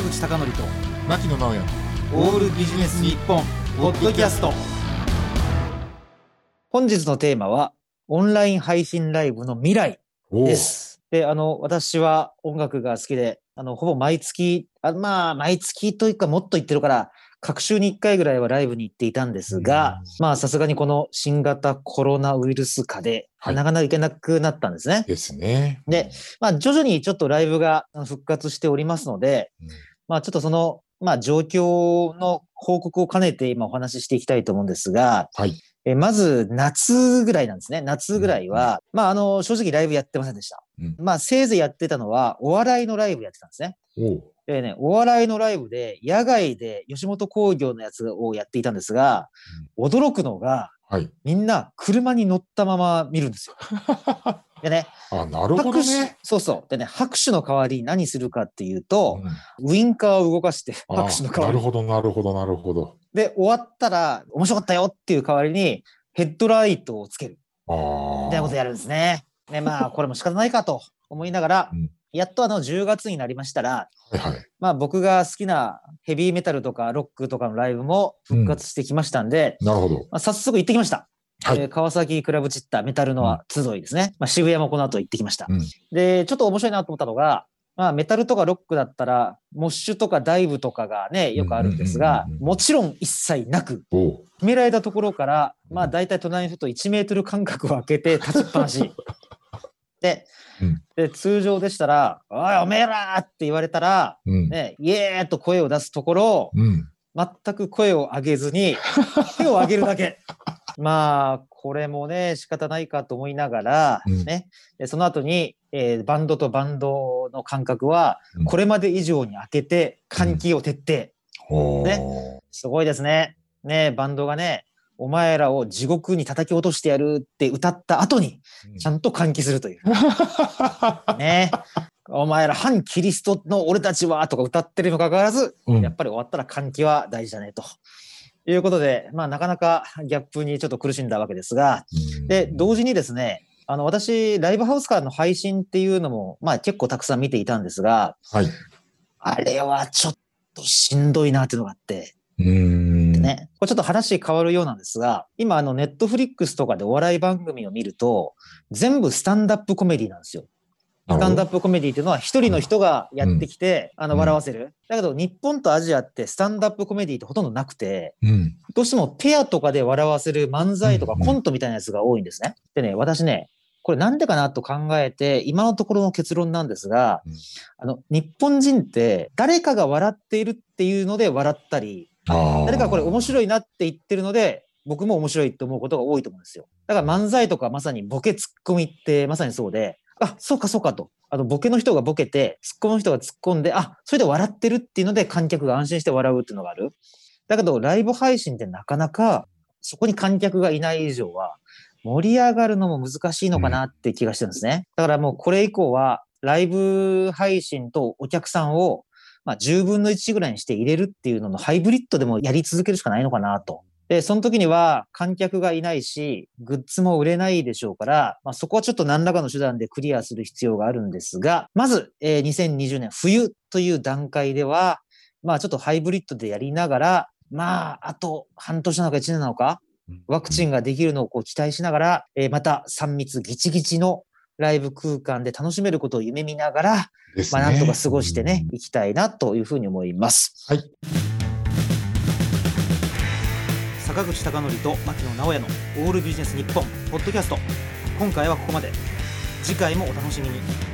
坂口孝則と牧野直哉オールビジネス日本ポッドキャスト。本日のテーマはオンライン配信ライブの未来です。で、私は音楽が好きで、ほぼ毎月、毎月というかもっと言ってるから、各週に1回ぐらいはライブに行っていたんですが、さすがにこの新型コロナウイルス禍で、なかなか行けなくなったんですね。 ですね。 で、徐々にちょっとライブが復活しておりますので、ちょっとその、状況の報告を兼ねて今お話ししていきたいと思うんですが、 はい。 まず夏ぐらいなんですね。夏ぐらいは、正直ライブやってませんでした。せいぜいやってたのはお笑いのライブやってたんですね。でね、お笑いのライブで野外で吉本興業のやつをやっていたんですが、驚くのが、みんな車に乗ったまま見るんですよ。でね、 なるほどね。 そう。でね、拍手の代わりに何するかっていうと、ウインカーを動かして拍手の代わりに。 なるほど。 で、終わったら、面白かったよっていう代わりに、ヘッドライトをつける。みたいなことやるんですね。ね、これも仕方ないかと思いながら、やっと10月になりましたら、僕が好きなヘビーメタルとかロックとかのライブも復活してきましたんで、 なるほど。 早速行ってきました。川崎クラブチッタメタルの集いですね。渋谷もこの後行ってきました。で、ちょっと面白いなと思ったのが、メタルとかロックだったら、モッシュとかダイブとかがね、よくあるんですが、もちろん一切なく、決められたところから、だいたい隣の人と1メートル間隔を空けて立ちっぱなし。で、通常でしたら、おい、おめえらって言われたら、ね、イエーと声を出すところ、全く声を上げずに、手を上げるだけ。これもね、仕方ないかと思いながら、ね、その後に、バンドとバンドの間隔は、これまで以上に空けて、換気を徹底。ね、すごいですね。ね、バンドがね、お前らを地獄に叩き落としてやるって歌った後に、ちゃんと換気するという。ね。お前ら反キリストの俺たちはとか歌ってるにもかかわらず、やっぱり終わったら換気は大事だねと。いうことで、なかなかギャップにちょっと苦しんだわけですが、で、同時にですね、私、ライブハウスからの配信っていうのも、結構たくさん見ていたんですが、あれはちょっとしんどいなっていうのがあって、でね、これちょっと話変わるようなんですが、今ネットフリックスとかでお笑い番組を見ると、全部スタンダップコメディなんですよ。スタンダップコメディっていうのは一人の人がやってきて、笑わせる。だけど日本とアジアってスタンダップコメディってほとんどなくて、どうしてもペアとかで笑わせる漫才とかコントみたいなやつが多いんですね。でね、私ね、これなんでかなと考えて、今のところの結論なんですが、日本人って誰かが笑っているっていうので笑ったり、誰かこれ面白いなって言ってるので、僕も面白いって思うことが多いと思うんですよ。だから漫才とかまさにボケツッコミってまさにそうで、そうかと。ボケの人がボケて、ツッコミの人が突っ込んで、それで笑ってるっていうので観客が安心して笑うっていうのがある。だけど、ライブ配信ってなかなか、そこに観客がいない以上は、盛り上がるのも難しいのかなって気がしてるんですね。だからもうこれ以降は、ライブ配信とお客さんを、10分の1ぐらいにして入れるっていうののハイブリッドでもやり続けるしかないのかなと。で、その時には観客がいないし、グッズも売れないでしょうから、そこはちょっと何らかの手段でクリアする必要があるんですが、まず、2020年冬という段階では、ちょっとハイブリッドでやりながら、あと半年なのか1年なのか、ワクチンができるのを期待しながら、また3密ギチギチのライブ空間で楽しめることを夢見ながら、なんとか過ごしてね、いきたいなというふうに思います。坂口孝則と牧野直哉のオールビジネス日本ポッドキャスト。今回はここまで。次回もお楽しみに。